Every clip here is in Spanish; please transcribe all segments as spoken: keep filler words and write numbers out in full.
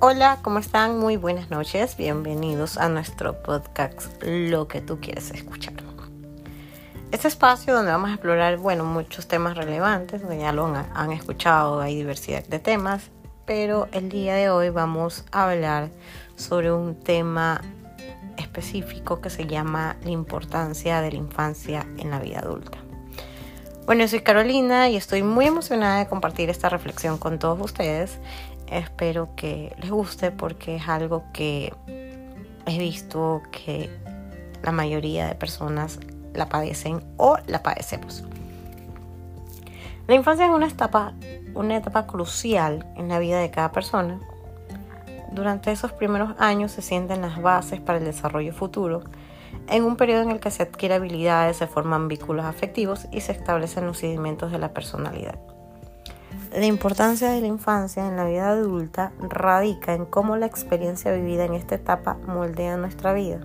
Hola, ¿cómo están? Muy buenas noches. Bienvenidos a nuestro podcast Lo que tú quieres escuchar. Este espacio donde vamos a explorar, bueno, muchos temas relevantes, ya lo han, han escuchado, hay diversidad de temas, pero el día de hoy vamos a hablar sobre un tema específico que se llama la importancia de la infancia en la vida adulta. Bueno, yo soy Carolina y estoy muy emocionada de compartir esta reflexión con todos ustedes. Espero que les guste porque es algo que he visto que la mayoría de personas la padecen o la padecemos. La infancia es una etapa, una etapa crucial en la vida de cada persona. Durante esos primeros años se sienten las bases para el desarrollo futuro, en un periodo en el que se adquieren habilidades, se forman vínculos afectivos y se establecen los cimientos de la personalidad. La importancia de la infancia en la vida adulta radica en cómo la experiencia vivida en esta etapa moldea nuestra vida.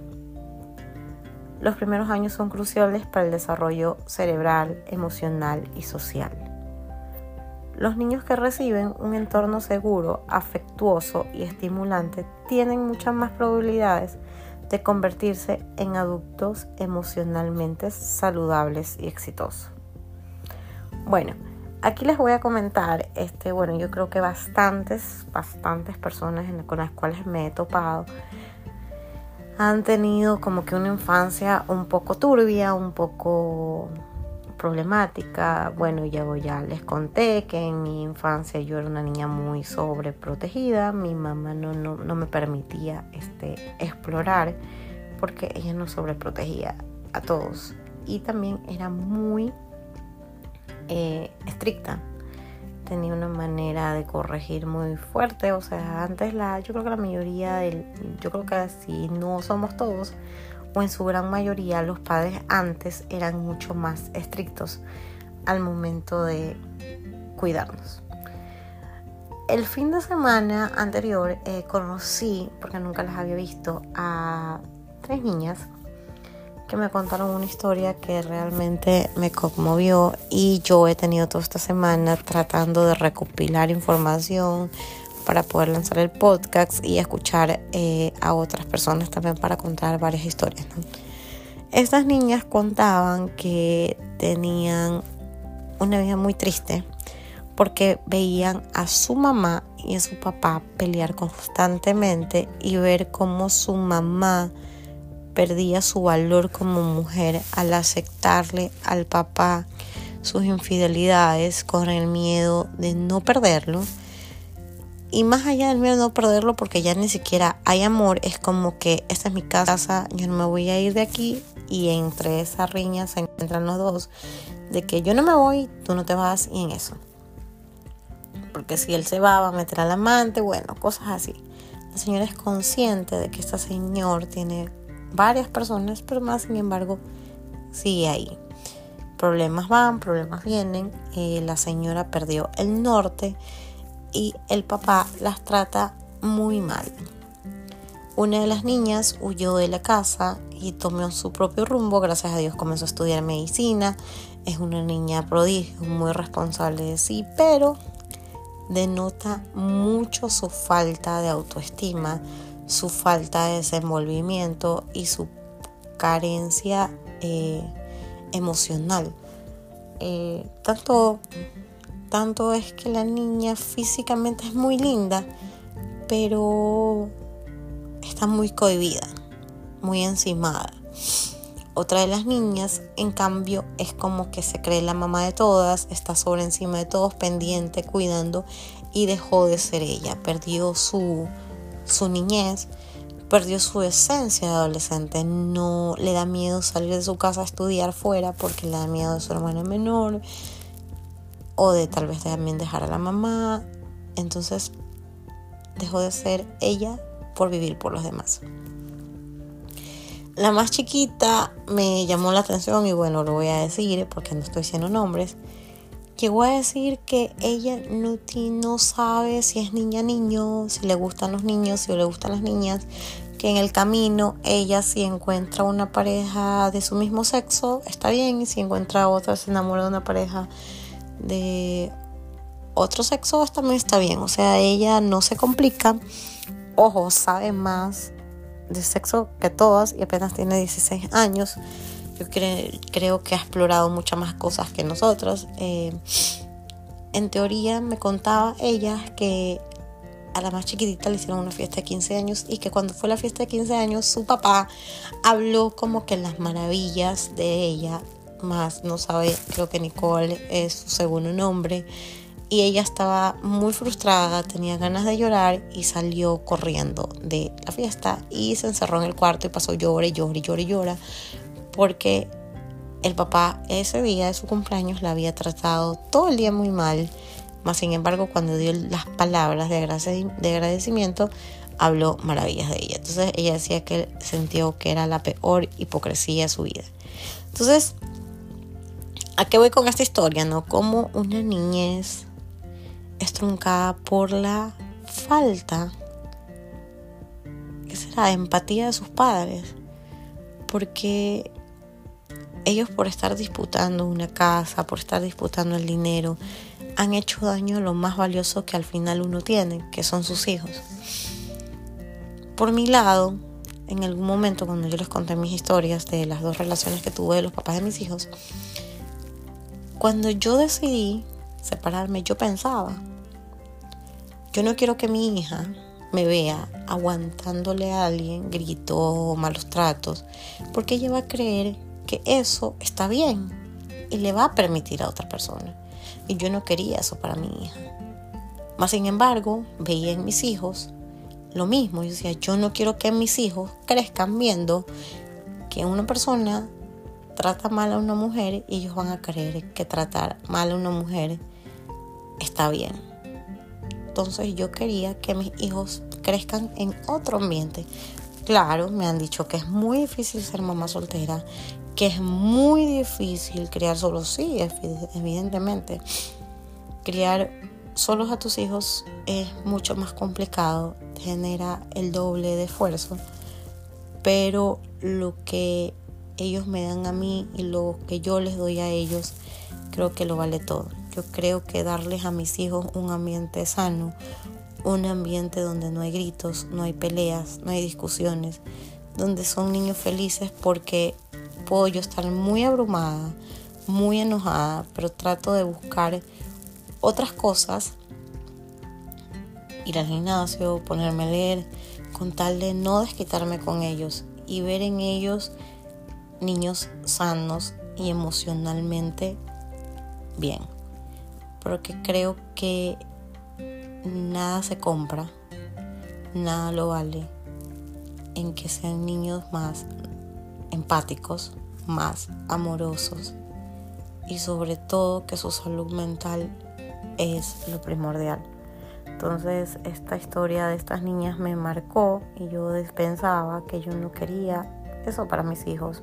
Los primeros años son cruciales para el desarrollo cerebral, emocional y social. Los niños que reciben un entorno seguro, afectuoso y estimulante tienen muchas más probabilidades de convertirse en adultos emocionalmente saludables y exitosos. Bueno, aquí les voy a comentar, este, bueno, yo creo que bastantes, bastantes personas en, con las cuales me he topado han tenido como que una infancia un poco turbia, un poco problemática. Bueno, ya, ya les conté que en mi infancia yo era una niña muy sobreprotegida. Mi mamá no, no, no me permitía este, explorar porque ella nos sobreprotegía a todos. Y también era muy eh, estricta. Tenía una manera de corregir muy fuerte. O sea, antes la, yo creo que la mayoría, del, yo creo que si no somos todos, o en su gran mayoría, los padres antes eran mucho más estrictos al momento de cuidarnos. El fin de semana anterior eh, conocí, porque nunca las había visto, a tres niñas que me contaron una historia que realmente me conmovió, y yo he tenido toda esta semana tratando de recopilar información para poder lanzar el podcast y escuchar eh, a otras personas también para contar varias historias, ¿no? Estas niñas contaban que tenían una vida muy triste porque veían a su mamá y a su papá pelear constantemente y ver cómo su mamá perdía su valor como mujer al aceptarle al papá sus infidelidades con el miedo de no perderlo. Y más allá del miedo de no perderlo, porque ya ni siquiera hay amor, es como que esta es mi casa, yo no me voy a ir de aquí. Y entre esa riña se encuentran los dos, de que yo no me voy, tú no te vas, y en eso. Porque si él se va, va a meter al amante, bueno, cosas así. La señora es consciente de que este señor tiene varias personas, pero más sin embargo sigue ahí. Problemas van, problemas vienen. Eh, la señora perdió el norte y el papá las trata muy mal. Una de las niñas huyó de la casa y tomó su propio rumbo. Gracias a Dios comenzó a estudiar medicina. Es una niña prodigio, muy responsable de sí, pero denota mucho su falta de autoestima, su falta de desenvolvimiento y su carencia eh, emocional. Eh, tanto Tanto es que la niña físicamente es muy linda, pero está muy cohibida, muy encimada. Otra de las niñas, en cambio, es como que se cree la mamá de todas, está sobre encima de todos, pendiente, cuidando, y dejó de ser ella. Perdió su, su niñez, perdió su esencia de adolescente. No le da miedo salir de su casa a estudiar fuera porque le da miedo de su hermana menor, o de tal vez también dejar a la mamá. Entonces dejó de ser ella por vivir por los demás. La más chiquita me llamó la atención, y bueno, lo voy a decir porque no estoy diciendo nombres. Llegó a decir que ella no, no sabe si es niña niño, si le gustan los niños, si le gustan las niñas, que en el camino ella, si encuentra una pareja de su mismo sexo, está bien, y si encuentra otra, se enamora de una pareja de otro sexo, también está bien. O sea, ella no se complica ojo, sabe más de sexo que todas y apenas tiene dieciséis años. Yo cre- creo que ha explorado muchas más cosas que nosotros. Eh, en teoría me contaba ella que a la más chiquitita le hicieron una fiesta de quince años y que cuando fue la fiesta de quince años su papá habló como que las maravillas de ella, más no sabe, creo que Nicole es su segundo nombre, y ella estaba muy frustrada, tenía ganas de llorar y salió corriendo de la fiesta y se encerró en el cuarto y pasó llore, llore, llore, llora porque el papá ese día de su cumpleaños la había tratado todo el día muy mal. Mas sin embargo, cuando dio las palabras de agradecimiento, habló maravillas de ella. Entonces ella decía que sintió que era la peor hipocresía de su vida. Entonces, ¿a qué voy con esta historia? ¿No? Como una niñez es truncada por la falta, ¿qué será?, de empatía de sus padres. Porque ellos, por estar disputando una casa, por estar disputando el dinero, han hecho daño a lo más valioso que al final uno tiene, que son sus hijos. Por mi lado, en algún momento cuando yo les conté mis historias de las dos relaciones que tuve de los papás de mis hijos, cuando yo decidí separarme, yo pensaba, yo no quiero que mi hija me vea aguantándole a alguien gritos o malos tratos, porque ella va a creer que eso está bien y le va a permitir a otra persona. Y yo no quería eso para mi hija. Mas sin embargo, veía en mis hijos lo mismo. Yo decía, yo no quiero que mis hijos crezcan viendo que una persona trata mal a una mujer y ellos van a creer que tratar mal a una mujer está bien. Entonces yo quería que mis hijos crezcan en otro ambiente. Claro, me han dicho que es muy difícil ser mamá soltera, que es muy difícil criar solos. Sí, evidentemente. Criar solos a tus hijos es mucho más complicado, genera el doble de esfuerzo, pero lo que ellos me dan a mí y lo que yo les doy a ellos, creo que lo vale todo. Yo creo que darles a mis hijos un ambiente sano, un ambiente donde no hay gritos, no hay peleas, no hay discusiones, donde son niños felices, porque puedo yo estar muy abrumada, muy enojada, pero trato de buscar otras cosas, ir al gimnasio, ponerme a leer, con tal de no desquitarme con ellos y ver en ellos niños sanos y emocionalmente bien. Porque creo que nada se compra, nada lo vale en que sean niños más empáticos, más amorosos y sobre todo que su salud mental es lo primordial. Entonces esta historia de estas niñas me marcó y yo pensaba que yo no quería eso para mis hijos.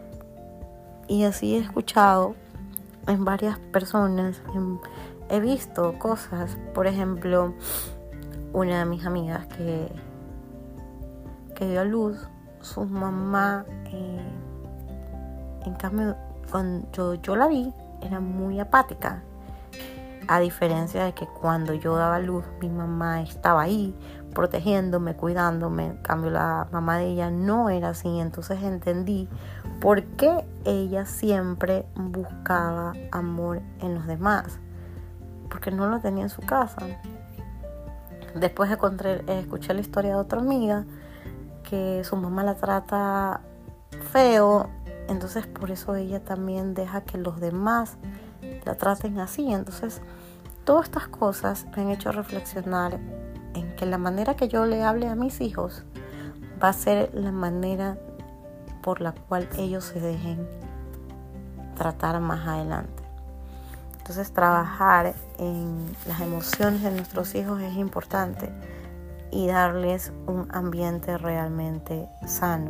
Y así he escuchado en varias personas, en, he visto cosas. Por ejemplo, una de mis amigas que, que dio a luz, su mamá, eh, en cambio, cuando yo, yo la vi, era muy apática. A diferencia de que cuando yo daba luz, mi mamá estaba ahí, protegiéndome, cuidándome. En cambio, la mamá de ella no era así. Entonces entendí por qué ella siempre buscaba amor en los demás, porque no lo tenía en su casa. Después encontré, escuché la historia de otra amiga que su mamá la trata feo, entonces por eso ella también deja que los demás la traten así. Entonces todas estas cosas me han hecho reflexionar en que la manera que yo le hable a mis hijos va a ser la manera por la cual ellos se dejen tratar más adelante. Entonces trabajar en las emociones de nuestros hijos es importante y darles un ambiente realmente sano.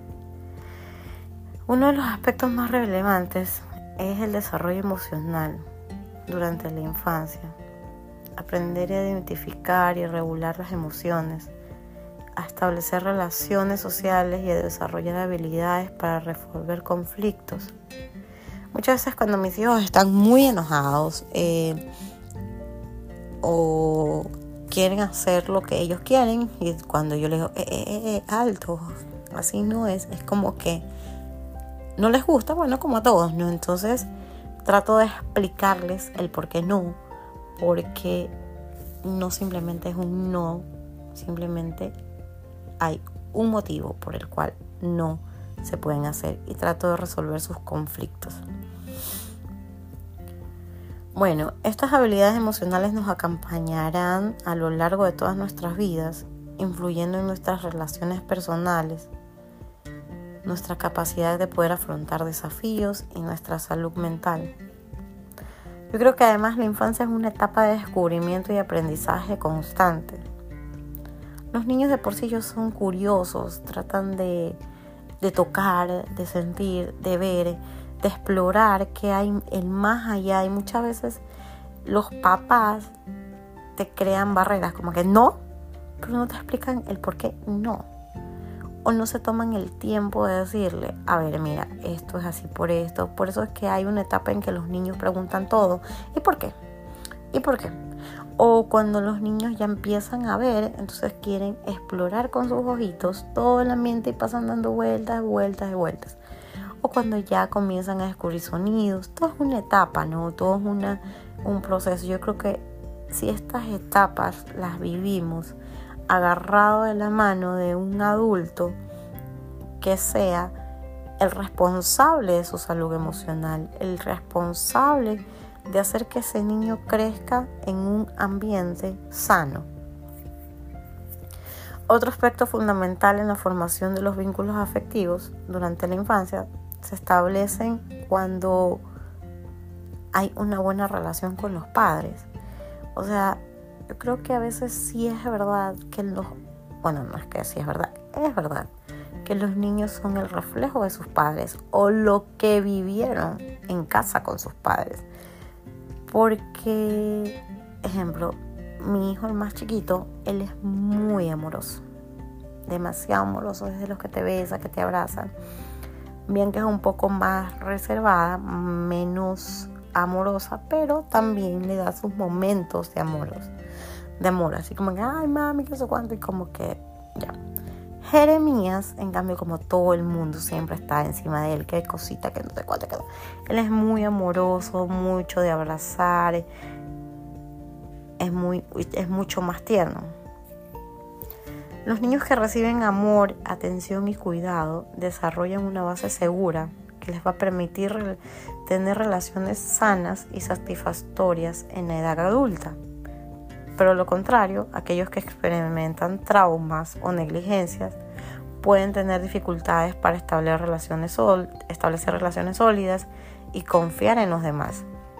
Uno de los aspectos más relevantes es el desarrollo emocional durante la infancia. Aprender a identificar y regular las emociones, a establecer relaciones sociales y a desarrollar habilidades para resolver conflictos. Muchas veces cuando mis hijos están muy enojados eh, o quieren hacer lo que ellos quieren, y cuando yo les digo, eh, eh, eh, alto, así no es, es como que no les gusta, bueno, como a todos, ¿no? Entonces trato de explicarles el por qué no, porque no simplemente es un no, simplemente hay un motivo por el cual no se pueden hacer, y trato de resolver sus conflictos. Bueno, estas habilidades emocionales nos acompañarán a lo largo de todas nuestras vidas, influyendo en nuestras relaciones personales, nuestra capacidad de poder afrontar desafíos y nuestra salud mental. Yo creo que además la infancia es una etapa de descubrimiento y aprendizaje constante. Los niños de por sí ellos son curiosos, tratan de, de tocar, de sentir, de ver, de explorar qué hay el más allá, y muchas veces los papás te crean barreras como que no, pero no te explican el por qué no, o no se toman el tiempo de decirle, a ver, mira, esto es así por esto. Por eso es que hay una etapa en que los niños preguntan todo, ¿y por qué? ¿Y por qué? O cuando los niños ya empiezan a ver, entonces quieren explorar con sus ojitos todo el ambiente y pasan dando vueltas, vueltas y vueltas. O cuando ya comienzan a descubrir sonidos. Todo es una etapa, ¿no? Todo es una, un proceso. Yo creo que si estas etapas las vivimos agarrado de la mano de un adulto que sea el responsable de su salud emocional, el responsable de hacer que ese niño crezca en un ambiente sano. Otro aspecto fundamental en la formación de los vínculos afectivos durante la infancia se establecen cuando hay una buena relación con los padres. O sea, yo creo que a veces sí es verdad que los... Bueno, no es que sí es verdad, es verdad que los niños son el reflejo de sus padres o lo que vivieron en casa con sus padres. Porque, ejemplo, mi hijo el más chiquito, él es muy amoroso, demasiado amoroso, es de los que te besa, que te abrazan. Bien que es un poco más reservada, menos amorosa, pero también le da sus momentos de amor, de amor, así como que, ay mami, que sé cuánto, y como que ya. Jeremías, en cambio, como todo el mundo siempre está encima de él, que cosita, que no sé cuánto, que no. Él es muy amoroso, mucho de abrazar, es, muy, es mucho más tierno. Los niños que reciben amor, atención y cuidado desarrollan una base segura que les va a permitir re- tener relaciones sanas y satisfactorias en la edad adulta. Pero lo contrario, aquellos que experimentan traumas o negligencias pueden tener dificultades para establecer relaciones, sol- establecer relaciones sólidas y confiar en los demás.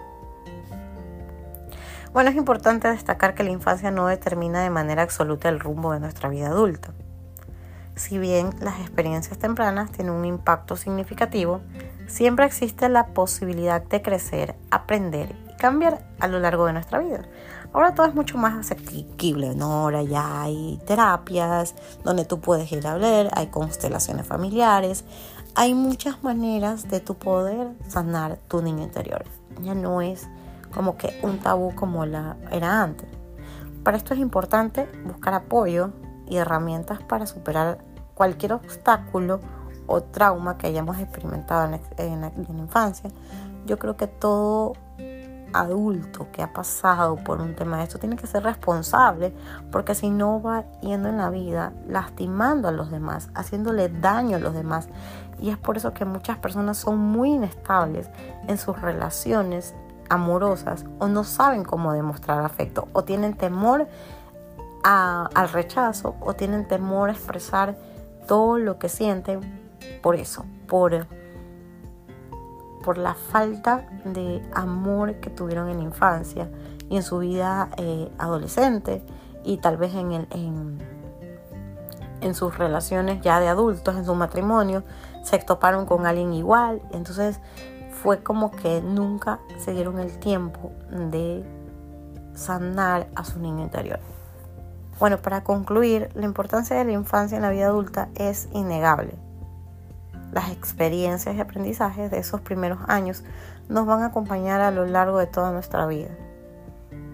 Bueno, es importante destacar que la infancia no determina de manera absoluta el rumbo de nuestra vida adulta. Si bien las experiencias tempranas tienen un impacto significativo, siempre existe la posibilidad de crecer, aprender y cambiar a lo largo de nuestra vida. Ahora todo es mucho más asequible, ¿no? Ahora ya hay terapias donde tú puedes ir a hablar, hay constelaciones familiares, hay muchas maneras de tu poder sanar tu niño interior. Ya no es como que un tabú como la era antes. Para esto es importante buscar apoyo y herramientas para superar cualquier obstáculo o trauma que hayamos experimentado en la, en la, en la infancia. Yo creo que todo adulto que ha pasado por un tema de esto tiene que ser responsable, porque si no va yendo en la vida lastimando a los demás, haciéndole daño a los demás. Y es por eso que muchas personas son muy inestables en sus relaciones amorosas, o no saben cómo demostrar afecto, o tienen temor a, al rechazo, o tienen temor a expresar todo lo que sienten por eso, por, por la falta de amor que tuvieron en la infancia y en su vida eh, adolescente, y tal vez en, el, en, en sus relaciones ya de adultos, en su matrimonio, se toparon con alguien igual. Entonces fue como que nunca se dieron el tiempo de sanar a su niño interior. Bueno, para concluir, la importancia de la infancia en la vida adulta es innegable. Las experiencias y aprendizajes de esos primeros años nos van a acompañar a lo largo de toda nuestra vida.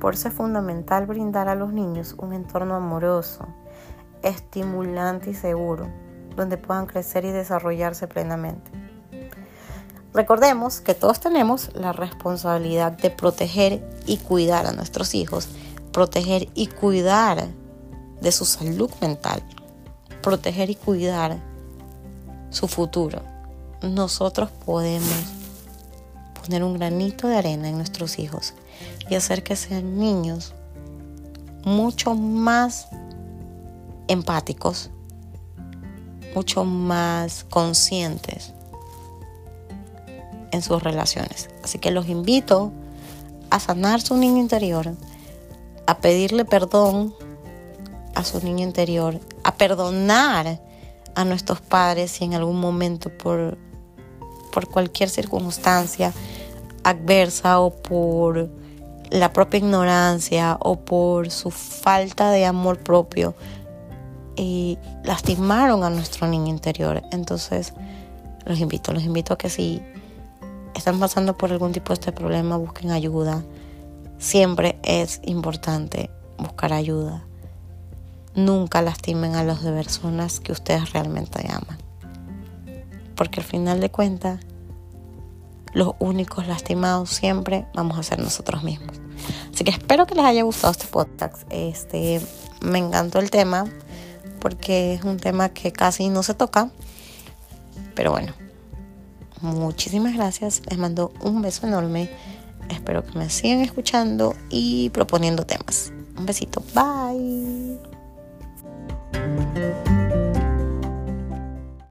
Por eso es fundamental brindar a los niños un entorno amoroso, estimulante y seguro, donde puedan crecer y desarrollarse plenamente. Recordemos que todos tenemos la responsabilidad de proteger y cuidar a nuestros hijos, proteger y cuidar de su salud mental, proteger y cuidar su futuro. Nosotros podemos poner un granito de arena en nuestros hijos y hacer que sean niños mucho más empáticos, mucho más conscientes en sus relaciones. Así que los invito a sanar su niño interior, a pedirle perdón a su niño interior, a perdonar a nuestros padres si en algún momento por, por cualquier circunstancia adversa o por la propia ignorancia o por su falta de amor propio y lastimaron a nuestro niño interior. Entonces los invito, los invito a que si están pasando por algún tipo de este problema, busquen ayuda. Siempre es importante buscar ayuda. Nunca lastimen a las personas que ustedes realmente aman, porque al final de cuentas los únicos lastimados siempre vamos a ser nosotros mismos. Así que espero que les haya gustado este podcast. Este, me encantó el tema porque es un tema que casi no se toca. Pero bueno, muchísimas gracias. Les mando un beso enorme. Espero que me sigan escuchando y proponiendo temas. Un besito. Bye.